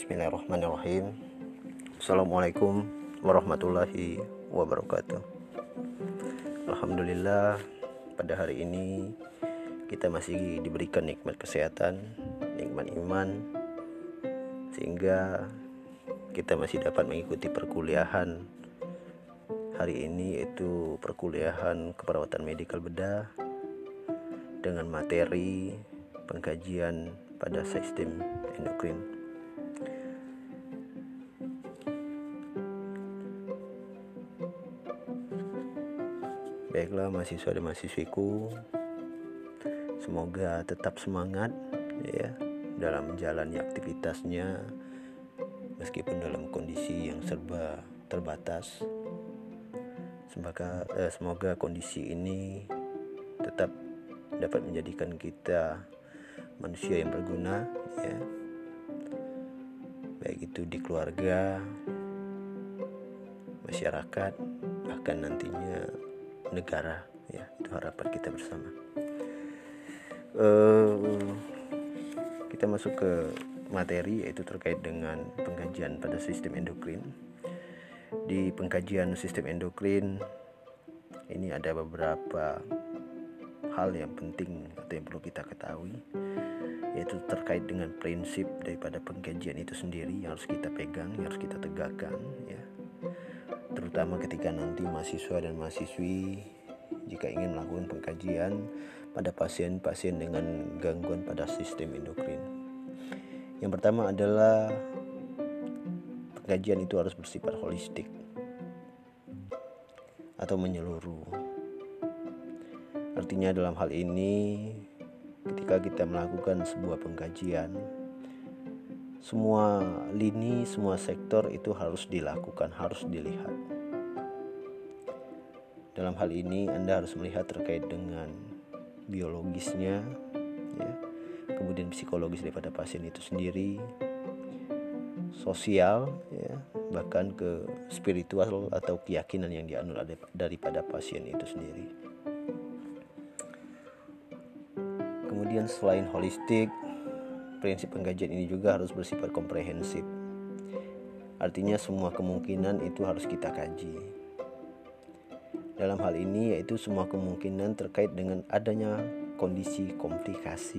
Bismillahirrahmanirrahim. Assalamualaikum warahmatullahi wabarakatuh. Alhamdulillah, pada hari ini kita masih diberikan nikmat kesehatan, nikmat iman, sehingga kita masih dapat mengikuti perkuliahan hari ini, yaitu perkuliahan keperawatan medikal bedah dengan materi pengkajian pada sistem endokrin. Baiklah mahasiswa dan mahasiswiku, semoga tetap semangat ya dalam menjalani aktivitasnya meskipun dalam kondisi yang serba terbatas. Semoga kondisi ini tetap dapat menjadikan kita manusia yang berguna ya, baik itu di keluarga, masyarakat, bahkan nantinya negara ya. Itu harapan kita bersama. Kita masuk ke materi, yaitu terkait dengan pengkajian pada sistem endokrin. Di pengkajian sistem endokrin ini ada beberapa hal yang penting atau yang perlu kita ketahui, yaitu terkait dengan prinsip daripada pengkajian itu sendiri yang harus kita pegang, yang harus kita tegakkan ya. Terutama ketika nanti mahasiswa dan mahasiswi jika ingin melakukan pengkajian pada pasien-pasien dengan gangguan pada sistem endokrin. Yang pertama adalah pengkajian itu harus bersifat holistik atau menyeluruh. Artinya dalam hal ini, ketika kita melakukan sebuah pengkajian, semua lini, semua sektor itu harus dilakukan, harus dilihat. Dalam hal ini Anda harus melihat terkait dengan biologisnya ya, kemudian psikologis daripada pasien itu sendiri, sosial ya, bahkan ke spiritual atau keyakinan yang dianut daripada pasien itu sendiri. Kemudian selain holistik, prinsip pengkajian ini juga harus bersifat komprehensif. Artinya semua kemungkinan itu harus kita kaji. Dalam hal ini yaitu semua kemungkinan terkait dengan adanya kondisi komplikasi.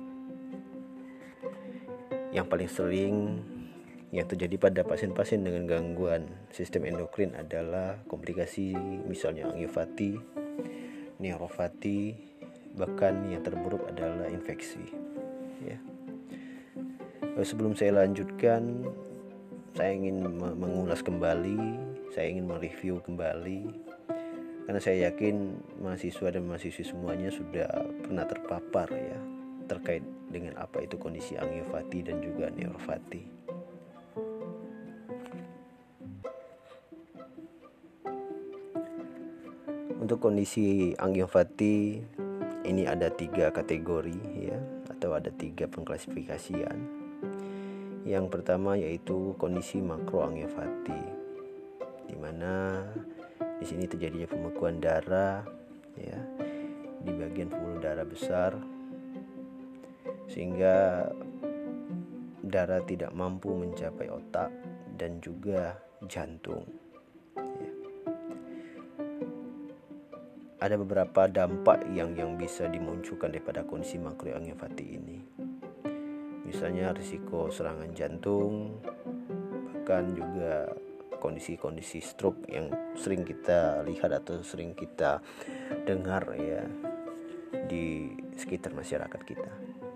Yang paling sering yang terjadi pada pasien-pasien dengan gangguan sistem endokrin adalah komplikasi misalnya angiopati, neuropati, bahkan yang terburuk adalah infeksi ya. Sebelum saya lanjutkan, saya ingin mengulas kembali, saya ingin mereview kembali, karena saya yakin mahasiswa dan mahasiswi semuanya sudah pernah terpapar ya terkait dengan apa itu kondisi angiopati dan juga neuropati. Untuk kondisi angiopati ini ada 3 kategori ya, atau ada 3 pengklasifikasian. Yang pertama yaitu kondisi makroangiopati, di mana di sini terjadinya pembekuan darah ya di bagian pembuluh darah besar, sehingga darah tidak mampu mencapai otak dan juga jantung ya. Ada beberapa dampak yang bisa dimunculkan daripada kondisi makroangiopati ini. Misalnya risiko serangan jantung, bahkan juga kondisi-kondisi stroke yang sering kita lihat atau sering kita dengar ya di sekitar masyarakat kita.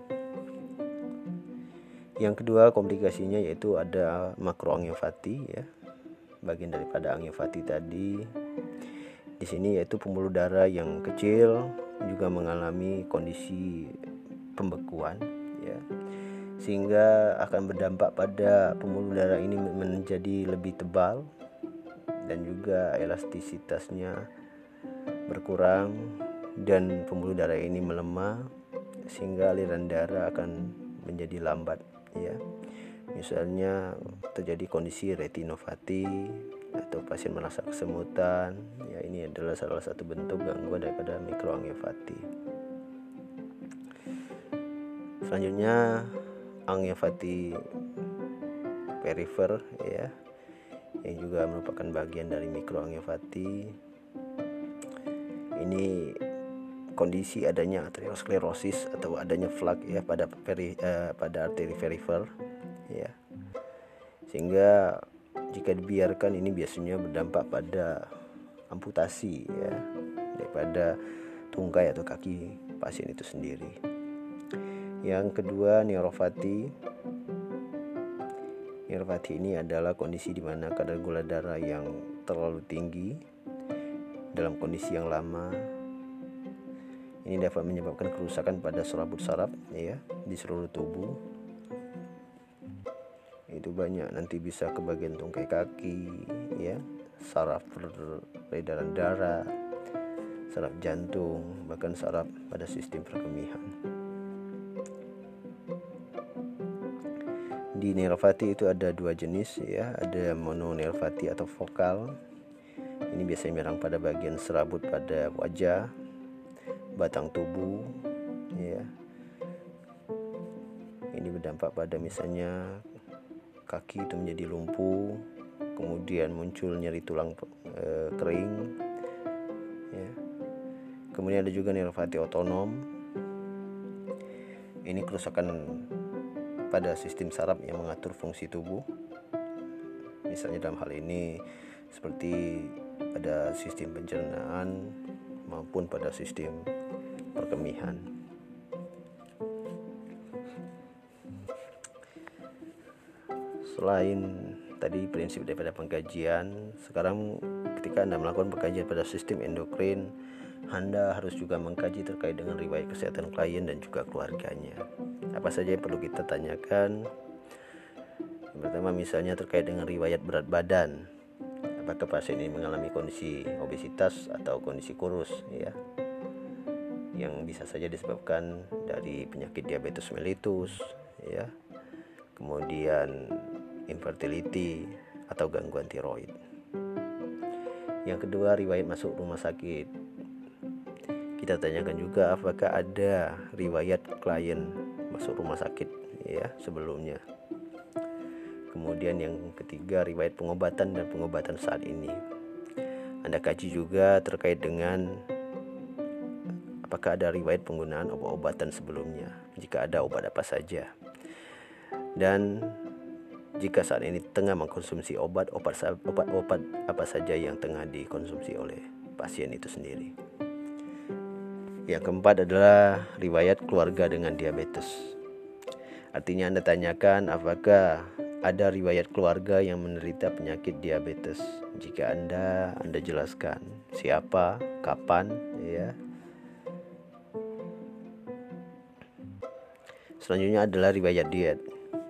Yang kedua komplikasinya yaitu ada makroangiopati ya, bagian daripada angiopati tadi. Di sini yaitu pembuluh darah yang kecil juga mengalami kondisi pembekuan ya, sehingga akan berdampak pada pembuluh darah ini menjadi lebih tebal dan juga elastisitasnya berkurang, dan pembuluh darah ini melemah sehingga aliran darah akan menjadi lambat ya. Misalnya terjadi kondisi retinopati atau pasien merasa kesemutan ya, ini adalah salah satu bentuk gangguan daripada mikroangiopati. Selanjutnya angiopati perifer ya, yang juga merupakan bagian dari mikroangiofati. Ini kondisi adanya ateriosklerosis atau adanya flak ya pada arteri perifer ya, sehingga jika dibiarkan ini biasanya berdampak pada amputasi ya daripada tungkai atau kaki pasien itu sendiri. Yang kedua, neuropati. Neuropati ini adalah kondisi di mana kadar gula darah yang terlalu tinggi dalam kondisi yang lama. Ini dapat menyebabkan kerusakan pada selaput saraf ya di seluruh tubuh. Itu banyak, nanti bisa ke bagian tungkai kaki ya, saraf peredaran darah, saraf jantung, bahkan saraf pada sistem perkemihan. Di neuropati itu ada dua jenis ya, ada mononeuropati atau vokal. Ini biasanya menyerang pada bagian serabut pada wajah, batang tubuh ya. Ini berdampak pada misalnya kaki itu menjadi lumpuh, kemudian muncul nyeri tulang kering ya. Kemudian ada juga neuropati otonom. Ini kerusakan pada sistem saraf yang mengatur fungsi tubuh, misalnya dalam hal ini seperti pada sistem pencernaan maupun pada sistem perkemihan. Selain tadi prinsip daripada pengkajian, sekarang ketika Anda melakukan pengkajian pada sistem endokrin, Anda harus juga mengkaji terkait dengan riwayat kesehatan klien dan juga keluarganya. Apa saja yang perlu kita tanyakan? Yang pertama misalnya terkait dengan riwayat berat badan. Apakah pasien ini mengalami kondisi obesitas atau kondisi kurus ya, yang bisa saja disebabkan dari penyakit diabetes mellitus ya, kemudian infertility atau gangguan tiroid. Yang kedua, riwayat masuk rumah sakit. Kita tanyakan juga apakah ada riwayat klien masuk rumah sakit ya sebelumnya. Kemudian yang ketiga, riwayat pengobatan dan pengobatan saat ini. Anda kaji juga terkait dengan apakah ada riwayat penggunaan obat-obatan sebelumnya, jika ada obat apa saja. Dan jika saat ini tengah mengkonsumsi obat apa saja yang tengah dikonsumsi oleh pasien itu sendiri. Yang keempat adalah riwayat keluarga dengan diabetes. Artinya Anda tanyakan apakah ada riwayat keluarga yang menderita penyakit diabetes. Jika Anda jelaskan siapa, kapan ya. Selanjutnya adalah riwayat diet.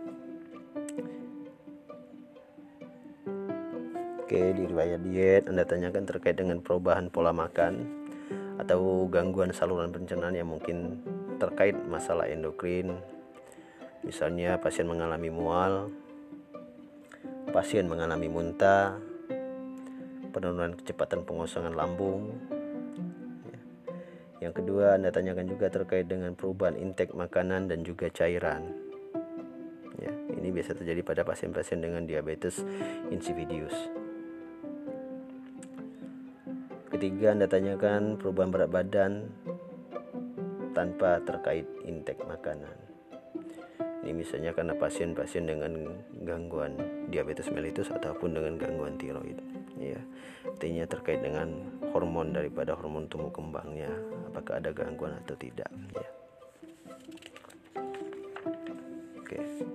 Oke, di riwayat diet Anda tanyakan terkait dengan perubahan pola makan atau gangguan saluran pencernaan yang mungkin terkait masalah endokrin. Misalnya pasien mengalami mual, pasien mengalami muntah, penurunan kecepatan pengosongan lambung. Yang kedua, Anda tanyakan juga terkait dengan perubahan intake makanan dan juga cairan. Ya, ini biasa terjadi pada pasien-pasien dengan diabetes insipidus. Ketiga, Anda tanyakan perubahan berat badan tanpa terkait intake makanan. Ini misalnya karena pasien-pasien dengan gangguan diabetes mellitus ataupun dengan gangguan tiroid ya. Artinya terkait dengan hormon daripada hormon tumbuh kembangnya, apakah ada gangguan atau tidak ya. Oke.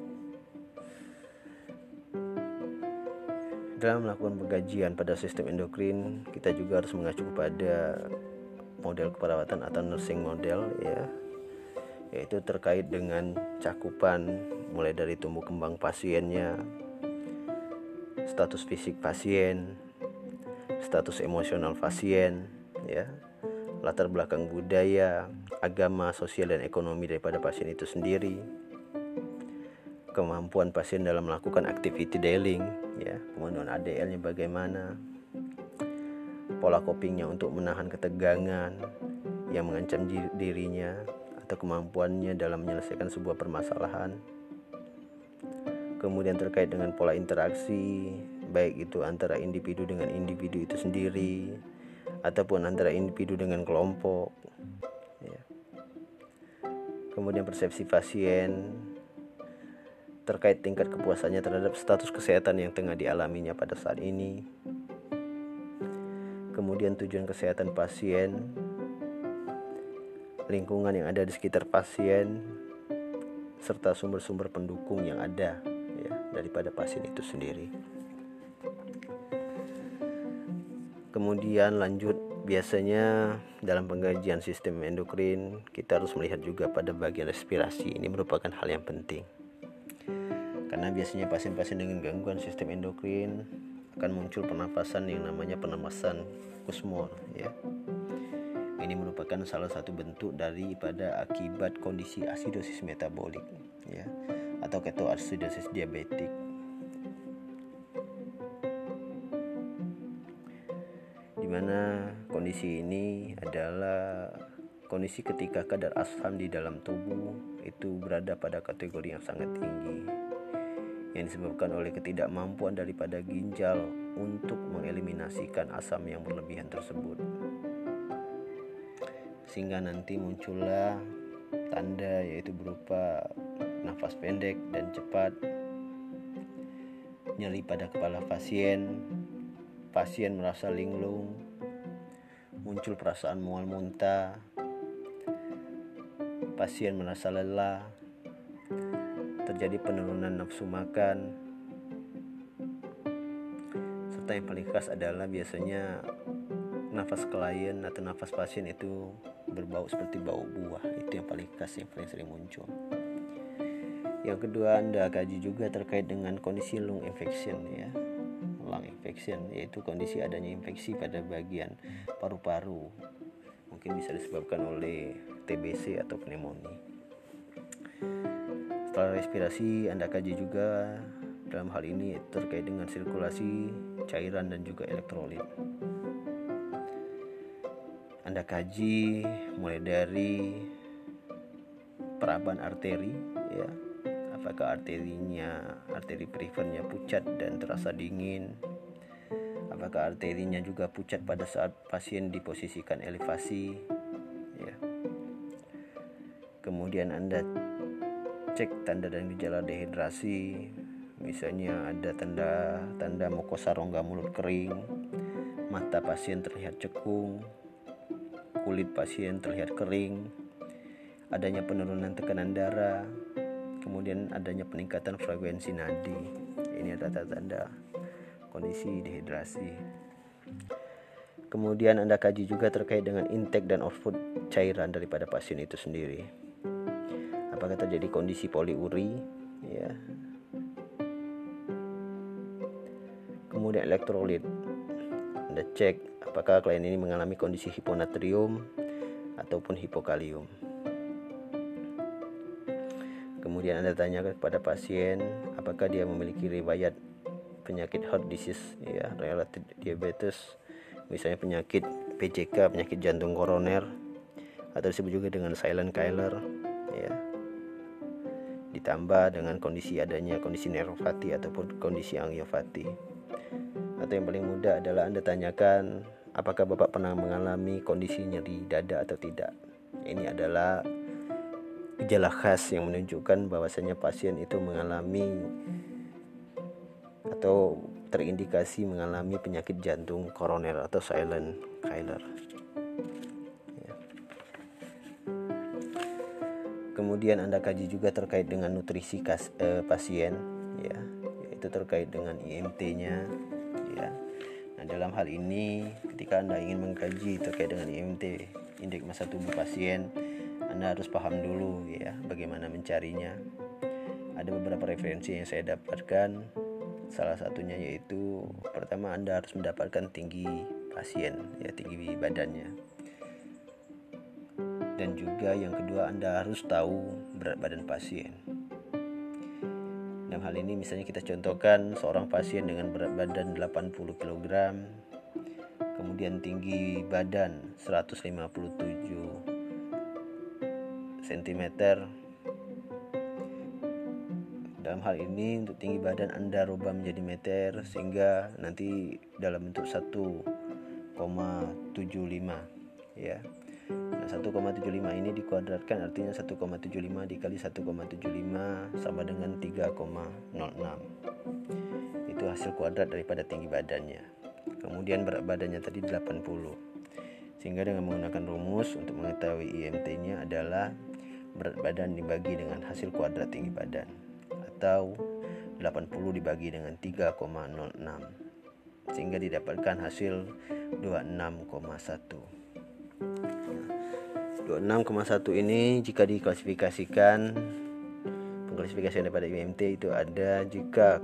Dalam melakukan pengkajian pada sistem endokrin, kita juga harus mengacu pada model keperawatan atau nursing model ya, yaitu terkait dengan cakupan mulai dari tumbuh kembang pasiennya, status fisik pasien, status emosional pasien ya, latar belakang budaya, agama, sosial dan ekonomi daripada pasien itu sendiri, kemampuan pasien dalam melakukan activity daily ya, kemudian ADL-nya bagaimana, pola copingnya untuk menahan ketegangan yang mengancam dirinya atau kemampuannya dalam menyelesaikan sebuah permasalahan, kemudian terkait dengan pola interaksi, baik itu antara individu dengan individu itu sendiri ataupun antara individu dengan kelompok ya. Kemudian persepsi pasien terkait tingkat kepuasannya terhadap status kesehatan yang tengah dialaminya pada saat ini. Kemudian tujuan kesehatan pasien, lingkungan yang ada di sekitar pasien, serta sumber-sumber pendukung yang ada ya daripada pasien itu sendiri. Kemudian lanjut, biasanya dalam pengkajian sistem endokrin kita harus melihat juga pada bagian respirasi. Ini merupakan hal yang penting karena biasanya pasien-pasien dengan gangguan sistem endokrin akan muncul pernapasan yang namanya pernapasan kusmol ya. Ini merupakan salah satu bentuk daripada akibat kondisi asidosis metabolik ya, atau ketoasidosis diabetik. Di mana kondisi ini adalah kondisi ketika kadar asam di dalam tubuh itu berada pada kategori yang sangat tinggi, yang disebabkan oleh ketidakmampuan daripada ginjal untuk mengeliminasikan asam yang berlebihan tersebut. Sehingga nanti muncullah tanda yaitu berupa nafas pendek dan cepat, nyeri pada kepala pasien, pasien merasa linglung, muncul perasaan mual muntah, pasien merasa lelah, terjadi penurunan nafsu makan, serta yang paling khas adalah biasanya nafas klien atau nafas pasien itu berbau seperti bau buah. Itu yang paling khas, yang paling sering muncul. Yang kedua, Anda kaji juga terkait dengan kondisi lung infection ya. Lung infection yaitu kondisi adanya infeksi pada bagian paru-paru, mungkin bisa disebabkan oleh TBC atau pneumonia. Setelah respirasi, Anda kaji juga dalam hal ini terkait dengan sirkulasi cairan dan juga elektrolit. Anda kaji mulai dari peraban arteri ya, apakah arteri perifernya pucat dan terasa dingin, apakah arterinya juga pucat pada saat pasien diposisikan elevasi ya. Kemudian Anda cek tanda dan gejala dehidrasi, misalnya ada tanda mukosa rongga mulut kering, mata pasien terlihat cekung, kulit pasien terlihat kering, adanya penurunan tekanan darah, kemudian adanya peningkatan frekuensi nadi. Ini adalah tanda-tanda kondisi dehidrasi. Kemudian Anda kaji juga terkait dengan intake dan output cairan daripada pasien itu sendiri. Apakah terjadi kondisi poliuri ya. Kemudian elektrolit, Anda cek apakah klien ini mengalami kondisi hiponatrium ataupun hipokalium. Kemudian Anda tanyakan kepada pasien apakah dia memiliki riwayat penyakit heart disease ya, related diabetes, misalnya penyakit PCK, penyakit jantung koroner, atau disebut juga dengan silent killer ya. Ditambah dengan kondisi adanya kondisi neuropati ataupun kondisi angiopati. Atau yang paling mudah adalah Anda tanyakan apakah Bapak pernah mengalami kondisi nyeri dada atau tidak. Ini adalah gejala khas yang menunjukkan bahwasanya pasien itu mengalami atau terindikasi mengalami penyakit jantung koroner atau silent killer. Kemudian Anda kaji juga terkait dengan nutrisi pasien ya, yaitu terkait dengan IMT-nya ya. Nah, dalam hal ini ketika Anda ingin mengkaji terkait dengan IMT, indeks massa tubuh pasien, Anda harus paham dulu ya bagaimana mencarinya. Ada beberapa referensi yang saya dapatkan. Salah satunya yaitu pertama Anda harus mendapatkan tinggi pasien ya, tinggi badannya. Dan juga yang kedua Anda harus tahu berat badan pasien. Dalam hal ini misalnya kita contohkan seorang pasien dengan berat badan 80 kg, kemudian tinggi badan 157 cm, Dalam hal ini untuk tinggi badan Anda rubah menjadi meter sehingga nanti dalam bentuk 1,75 ya. Nah, 1,75 ini dikuadratkan artinya 1,75 dikali 1,75 sama dengan 3,06. Itu hasil kuadrat daripada tinggi badannya. Kemudian berat badannya tadi 80. Sehingga dengan menggunakan rumus untuk mengetahui IMT-nya adalah berat badan dibagi dengan hasil kuadrat tinggi badan, atau 80 dibagi dengan 3,06, sehingga didapatkan hasil 26,1. 26,1 ini jika diklasifikasikan, pengklasifikasian daripada IMT itu ada jika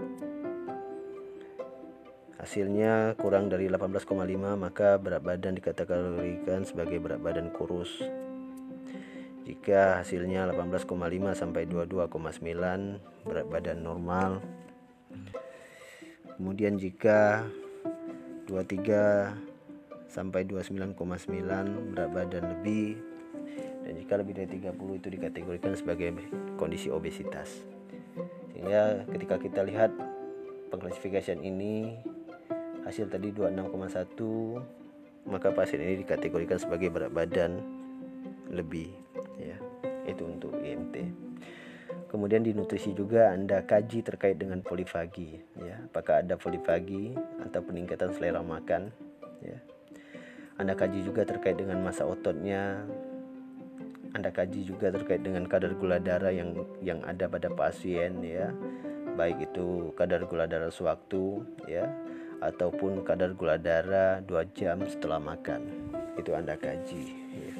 hasilnya kurang dari 18,5 maka berat badan dikategorikan sebagai berat badan kurus. Jika hasilnya 18,5 sampai 22,9 berat badan normal. Kemudian jika 23 sampai 29,9 berat badan lebih, dan jika lebih dari 30 itu dikategorikan sebagai kondisi obesitas. Sehingga ketika kita lihat pengklasifikasian ini, hasil tadi 26,1, maka pasien ini dikategorikan sebagai berat badan lebih ya. Itu untuk IMT. Kemudian di nutrisi juga Anda kaji terkait dengan polifagi ya. Apakah ada polifagi atau peningkatan selera makan ya. Anda kaji juga terkait dengan massa ototnya. Anda kaji juga terkait dengan kadar gula darah yang ada pada pasien ya. Baik itu kadar gula darah sewaktu ya, ataupun kadar gula darah 2 jam setelah makan. Itu Anda kaji ya.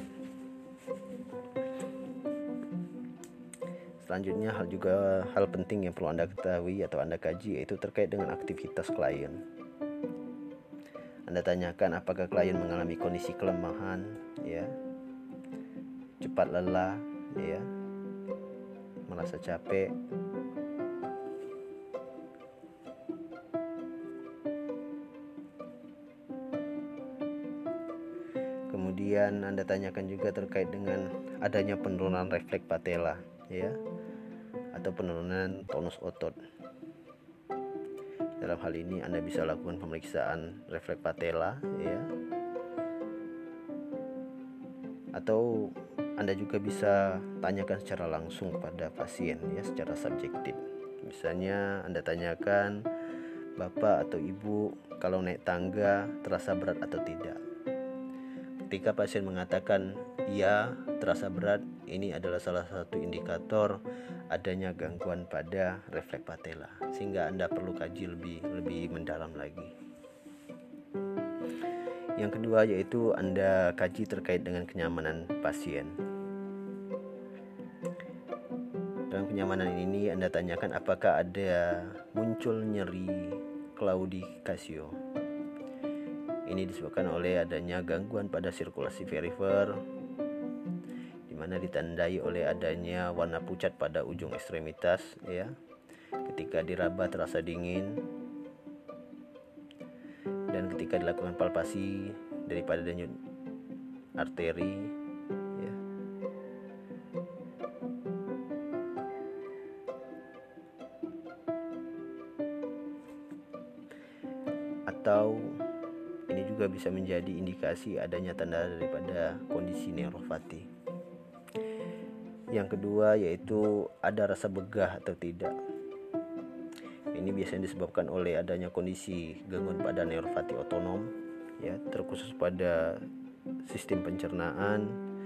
Selanjutnya hal penting yang perlu Anda ketahui atau Anda kaji yaitu terkait dengan aktivitas klien. Anda tanyakan apakah klien mengalami kondisi kelemahan ya, cepat lelah ya, merasa capek, kemudian Anda tanyakan juga terkait dengan adanya penurunan refleks patella ya, atau penurunan tonus otot. Dalam hal ini Anda bisa lakukan pemeriksaan refleks patella ya, atau Anda juga bisa tanyakan secara langsung kepada pasien ya, secara subjektif. Misalnya Anda tanyakan, Bapak atau Ibu kalau naik tangga terasa berat atau tidak. Ketika pasien mengatakan iya terasa berat, ini adalah salah satu indikator adanya gangguan pada refleks patella, sehingga Anda perlu kaji lebih mendalam lagi. Yang kedua yaitu Anda kaji terkait dengan kenyamanan pasien. Dalam kenyamanan ini Anda tanyakan apakah ada muncul nyeri claudication. Ini disebabkan oleh adanya gangguan pada sirkulasi perifer, di mana ditandai oleh adanya warna pucat pada ujung ekstremitas ya. Ketika diraba terasa dingin, dan ketika dilakukan palpasi daripada denyut arteri ya. Atau ini juga bisa menjadi indikasi adanya tanda daripada kondisi neuropati. Yang kedua yaitu ada rasa begah atau tidak. Ini biasanya disebabkan oleh adanya kondisi gangguan pada neuropati otonom ya, terkhusus pada sistem pencernaan,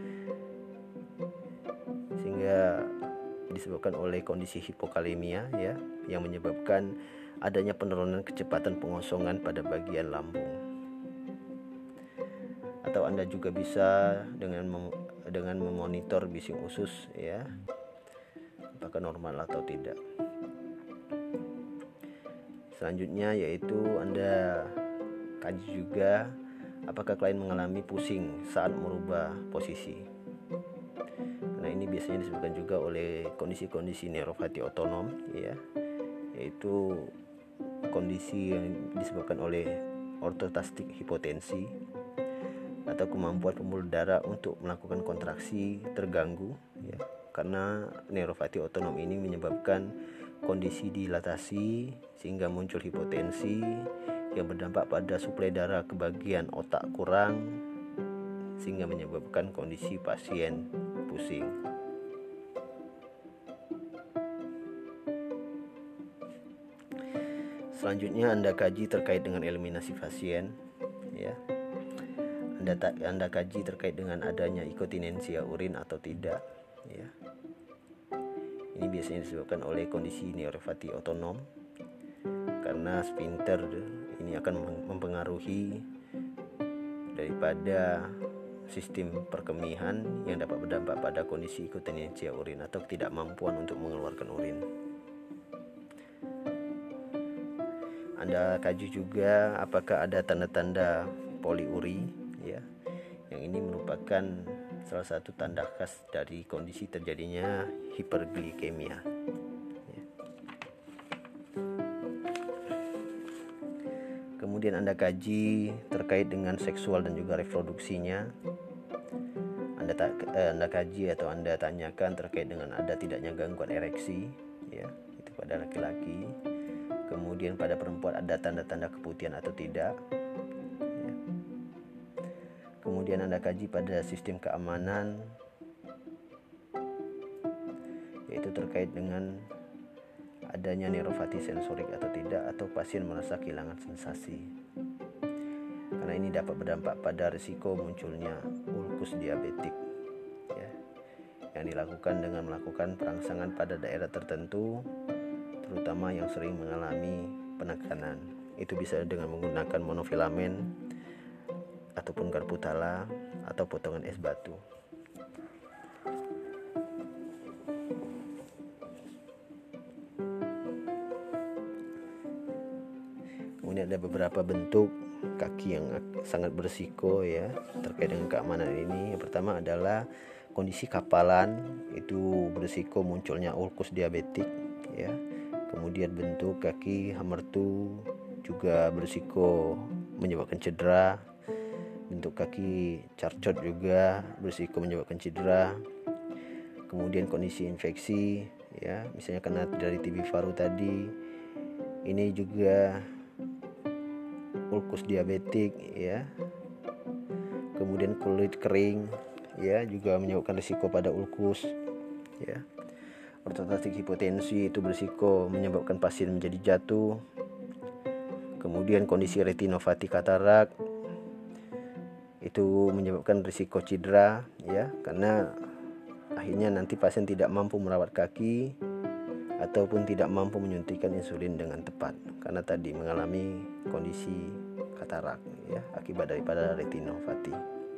sehingga disebabkan oleh kondisi hipokalemia ya, yang menyebabkan adanya penurunan kecepatan pengosongan pada bagian lambung. Atau Anda juga bisa dengan memonitor bising usus ya, apakah normal atau tidak. Selanjutnya yaitu Anda kaji juga apakah klien mengalami pusing saat merubah posisi. Nah, ini biasanya disebabkan juga oleh kondisi-kondisi neuropati otonom ya, yaitu kondisi yang disebabkan oleh ortostatik hipotensi atau kemampuan pembuluh darah untuk melakukan kontraksi terganggu ya, karena neuropati otonom ini menyebabkan kondisi dilatasi sehingga muncul hipotensi yang berdampak pada suplai darah ke bagian otak kurang sehingga menyebabkan kondisi pasien pusing. Selanjutnya Anda kaji terkait dengan eliminasi pasien, ya. Anda kaji terkait dengan adanya inkontinensia urin atau tidak, ya. Ini biasanya disebabkan oleh kondisi neuropati otonom karena sphincter ini akan mempengaruhi daripada sistem perkemihan yang dapat berdampak pada kondisi inkontinensia urin atau ketidakmampuan untuk mengeluarkan urin. Anda kaji juga apakah ada tanda-tanda poliuri, ya. Yang ini merupakan salah satu tanda khas dari kondisi terjadinya hiperglikemia. Kemudian Anda kaji terkait dengan seksual dan juga reproduksinya. Anda kaji atau Anda tanyakan terkait dengan ada tidaknya gangguan ereksi, ya, itu pada laki-laki. Kemudian pada perempuan ada tanda-tanda keputihan atau tidak. Ya. Kemudian Anda kaji pada sistem keamanan, yaitu terkait dengan adanya neuropati sensorik atau tidak, atau pasien merasa kehilangan sensasi. Karena ini dapat berdampak pada risiko munculnya ulkus diabetik, ya, yang dilakukan dengan melakukan perangsangan pada daerah tertentu, terutama yang sering mengalami penekanan. Itu bisa dengan menggunakan monofilamen ataupun garpu tala atau potongan es batu. Kemudian ada beberapa bentuk kaki yang sangat berisiko, ya, terkait dengan keamanan ini. Yang pertama adalah kondisi kapalan, itu berisiko munculnya ulkus diabetik, ya. Kemudian bentuk kaki hamertu juga berisiko menyebabkan cedera. Bentuk kaki carcot juga berisiko menyebabkan cedera. Kemudian kondisi infeksi, ya, misalnya karena dari TB paru tadi, ini juga ulkus diabetik, ya. Kemudian kulit kering, ya, juga menyebabkan risiko pada ulkus, ya. Ortostatik hipotensi itu berisiko menyebabkan pasien menjadi jatuh. Kemudian kondisi retinopati katarak itu menyebabkan risiko cedera, ya, karena akhirnya nanti pasien tidak mampu merawat kaki ataupun tidak mampu menyuntikkan insulin dengan tepat karena tadi mengalami kondisi katarak, ya, akibat daripada retinopati.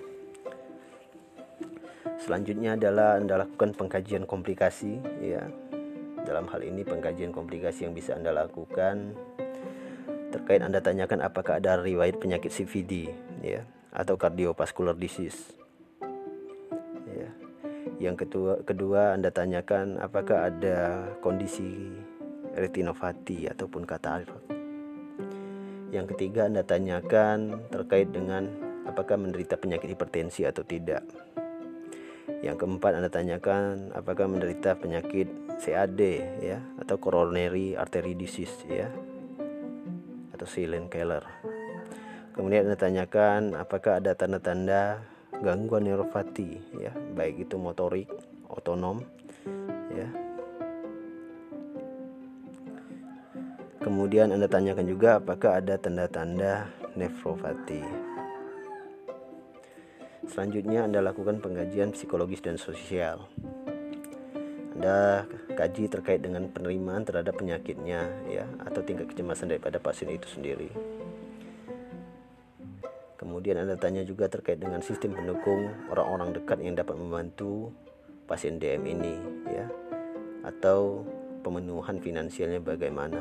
Selanjutnya adalah Anda lakukan pengkajian komplikasi, ya. Dalam hal ini pengkajian komplikasi yang bisa Anda lakukan terkait Anda tanyakan apakah ada riwayat penyakit CVD, ya, atau cardiovascular disease. Ya. Yang kedua Anda tanyakan apakah ada kondisi retinopati ataupun katarak. Yang ketiga Anda tanyakan terkait dengan apakah menderita penyakit hipertensi atau tidak. Yang keempat Anda tanyakan apakah menderita penyakit CAD, ya, atau coronary artery disease, ya, atau Silent-Kehler. Kemudian Anda tanyakan apakah ada tanda-tanda gangguan neuropati, ya, baik itu motorik, otonom, ya. Kemudian Anda tanyakan juga apakah ada tanda-tanda nefropati. Selanjutnya Anda lakukan pengkajian psikologis dan sosial. Anda kaji terkait dengan penerimaan terhadap penyakitnya, ya, atau tingkat kecemasan daripada pasien itu sendiri. Kemudian Anda tanya juga terkait dengan sistem pendukung orang-orang dekat yang dapat membantu pasien DM ini, ya, atau pemenuhan finansialnya bagaimana.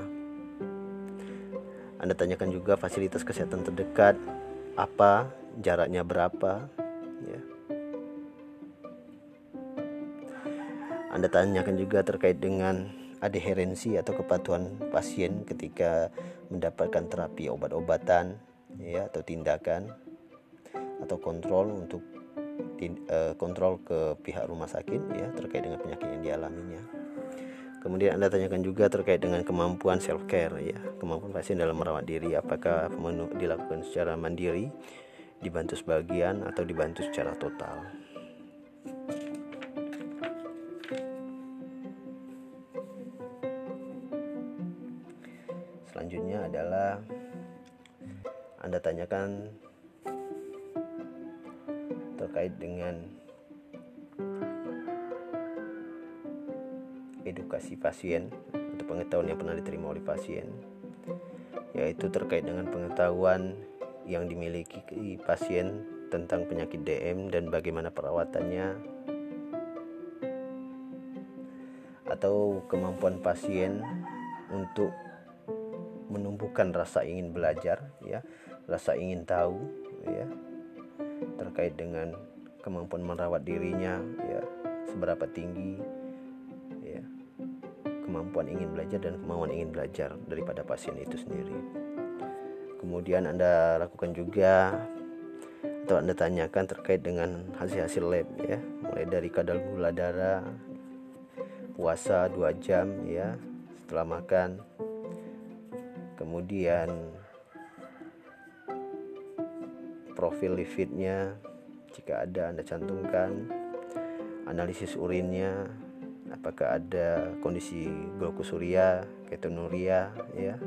Anda tanyakan juga fasilitas kesehatan terdekat apa, jaraknya berapa, ya. Anda tanyakan juga terkait dengan adherensi atau kepatuhan pasien ketika mendapatkan terapi obat-obatan, ya, atau tindakan atau kontrol untuk kontrol ke pihak rumah sakit, ya, terkait dengan penyakit yang dialaminya. Kemudian Anda tanyakan juga terkait dengan kemampuan self care, ya, kemampuan pasien dalam merawat diri, apakah dilakukan secara mandiri, dibantu sebagian, atau dibantu secara total. Selanjutnya adalah Anda tanyakan terkait dengan edukasi pasien atau pengetahuan yang pernah diterima oleh pasien, yaitu terkait dengan pengetahuan yang dimiliki pasien tentang penyakit DM dan bagaimana perawatannya, atau kemampuan pasien untuk menumbuhkan rasa ingin belajar, ya, rasa ingin tahu, ya, terkait dengan kemampuan merawat dirinya, ya, seberapa tinggi, ya, kemampuan ingin belajar dan kemauan ingin belajar daripada pasien itu sendiri. Kemudian Anda lakukan juga atau Anda tanyakan terkait dengan hasil-hasil lab, ya, mulai dari kadar gula darah, puasa 2 jam, ya, setelah makan. Kemudian profil lipidnya jika ada Anda cantumkan, analisis urinnya, apakah ada kondisi glukosuria, ketonuria, ya.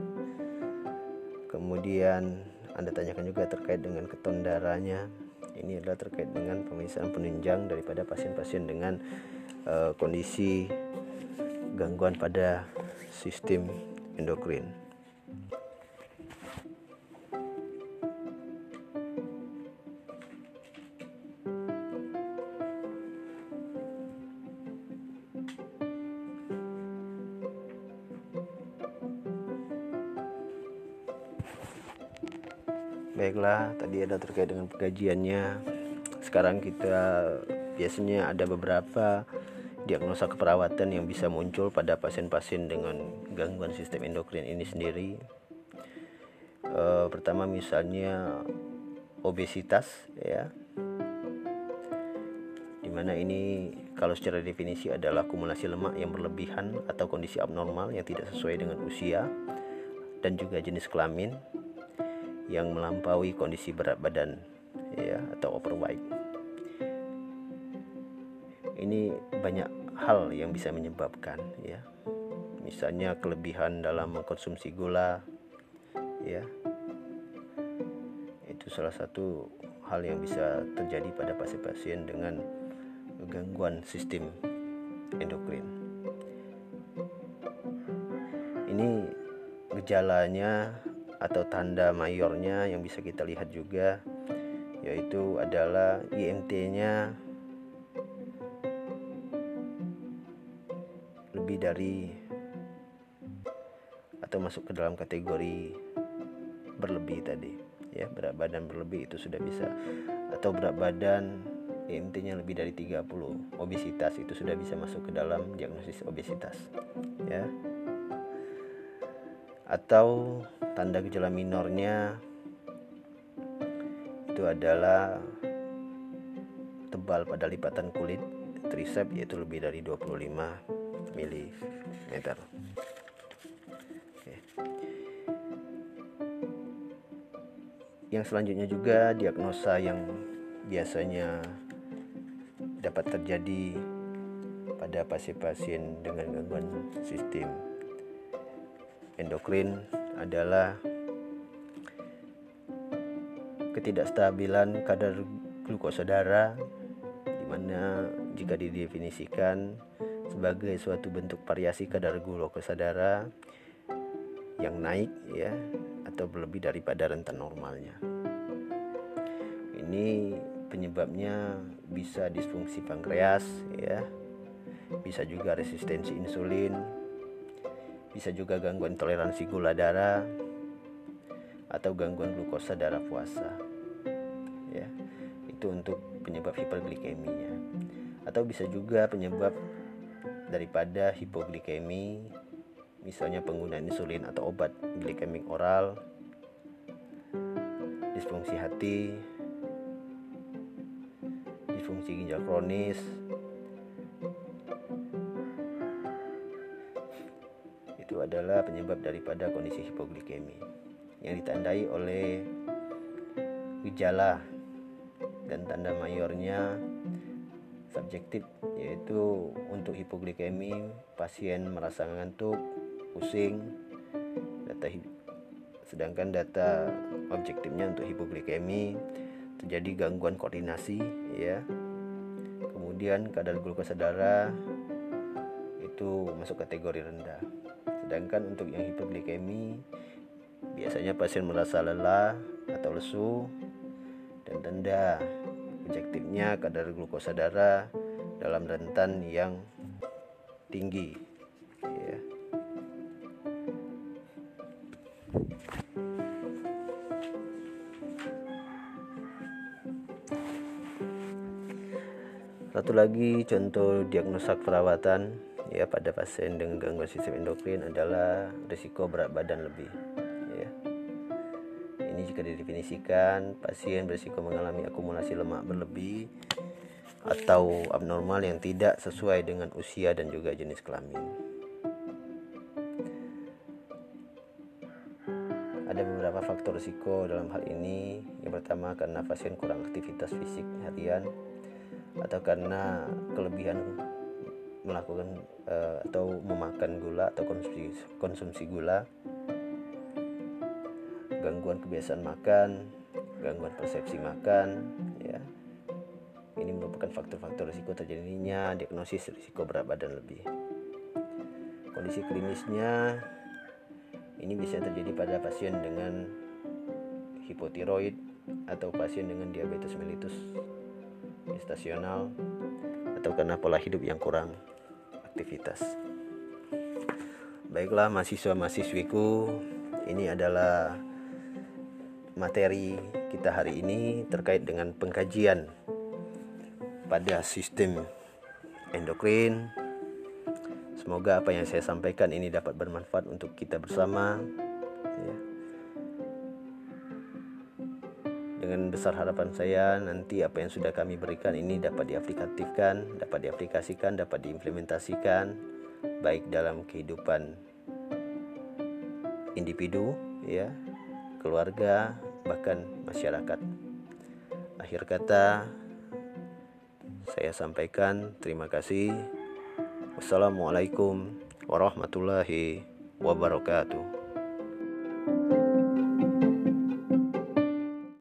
Kemudian Anda tanyakan juga terkait dengan keton darahnya. Ini adalah terkait dengan pemeriksaan penunjang daripada pasien-pasien dengan kondisi gangguan pada sistem endokrin. Baiklah, tadi ada terkait dengan pengkajiannya. Sekarang kita biasanya ada beberapa diagnosa keperawatan yang bisa muncul pada pasien-pasien dengan gangguan sistem endokrin ini sendiri. Pertama misalnya obesitas, ya, dimana ini kalau secara definisi adalah akumulasi lemak yang berlebihan atau kondisi abnormal yang tidak sesuai dengan usia dan juga jenis kelamin yang melampaui kondisi berat badan, ya, atau overweight. Ini banyak hal yang bisa menyebabkan, ya, misalnya kelebihan dalam mengkonsumsi gula, ya, itu salah satu hal yang bisa terjadi pada pasien-pasien dengan gangguan sistem endokrin. Ini gejalanya atau tanda mayornya yang bisa kita lihat juga, yaitu adalah IMT-nya lebih dari atau masuk ke dalam kategori berlebih tadi, ya, berat badan berlebih itu sudah bisa, atau berat badan IMT-nya lebih dari 30, obesitas itu sudah bisa masuk ke dalam diagnosis obesitas, ya. Atau tanda gejala minornya itu adalah tebal pada lipatan kulit triceps, yaitu lebih dari 25 mm. Oke. Yang selanjutnya juga diagnosa yang biasanya dapat terjadi pada pasien-pasien dengan gangguan sistem endokrin adalah ketidakstabilan kadar glukosa darah, di mana jika didefinisikan sebagai suatu bentuk variasi kadar glukosa darah yang naik, ya, atau berlebih daripada rentan normalnya. Ini penyebabnya bisa disfungsi pankreas, ya, bisa juga resistensi insulin, bisa juga gangguan toleransi gula darah atau gangguan glukosa darah puasa, ya, itu untuk penyebab hiperglikeminya. Atau bisa juga penyebab daripada hipoglikemi, misalnya penggunaan insulin atau obat glikemik oral, disfungsi hati, disfungsi ginjal kronis, adalah penyebab daripada kondisi hipoglikemi yang ditandai oleh gejala dan tanda mayornya subjektif, yaitu untuk hipoglikemi pasien merasa ngantuk, pusing, sedangkan data objektifnya untuk hipoglikemi terjadi gangguan koordinasi ya. Kemudian kadar glukosa darah itu masuk kategori rendah. Sedangkan untuk yang hipoglikemi biasanya pasien merasa lelah atau lesu, dan tanda objektifnya kadar glukosa darah dalam rentan yang tinggi ya. Satu lagi contoh diagnosa perawatan ya pada pasien dengan gangguan sistem endokrin adalah risiko berat badan lebih ya. Ini jika didefinisikan pasien berisiko mengalami akumulasi lemak berlebih atau abnormal yang tidak sesuai dengan usia dan juga jenis kelamin. Ada beberapa faktor risiko dalam hal ini. Yang pertama, karena pasien kurang aktivitas fisik harian atau karena kelebihan melakukan atau memakan gula atau konsumsi gula, gangguan kebiasaan makan, gangguan persepsi makan ya. Ini merupakan faktor-faktor risiko terjadinya diagnosis risiko berat badan lebih. Kondisi klinisnya ini bisa terjadi pada pasien dengan hipotiroid atau pasien dengan diabetes mellitus gestasional atau karena pola hidup yang kurang aktivitas. Baiklah mahasiswa-mahasiswiku, ini adalah materi kita hari ini terkait dengan pengkajian pada sistem endokrin. Semoga apa yang saya sampaikan ini dapat bermanfaat untuk kita bersama ya. Dengan besar harapan saya nanti apa yang sudah kami berikan ini dapat diaplikasikan, dapat diimplementasikan baik dalam kehidupan individu ya, keluarga, bahkan masyarakat. Akhir kata saya sampaikan terima kasih. Wassalamualaikum warahmatullahi wabarakatuh.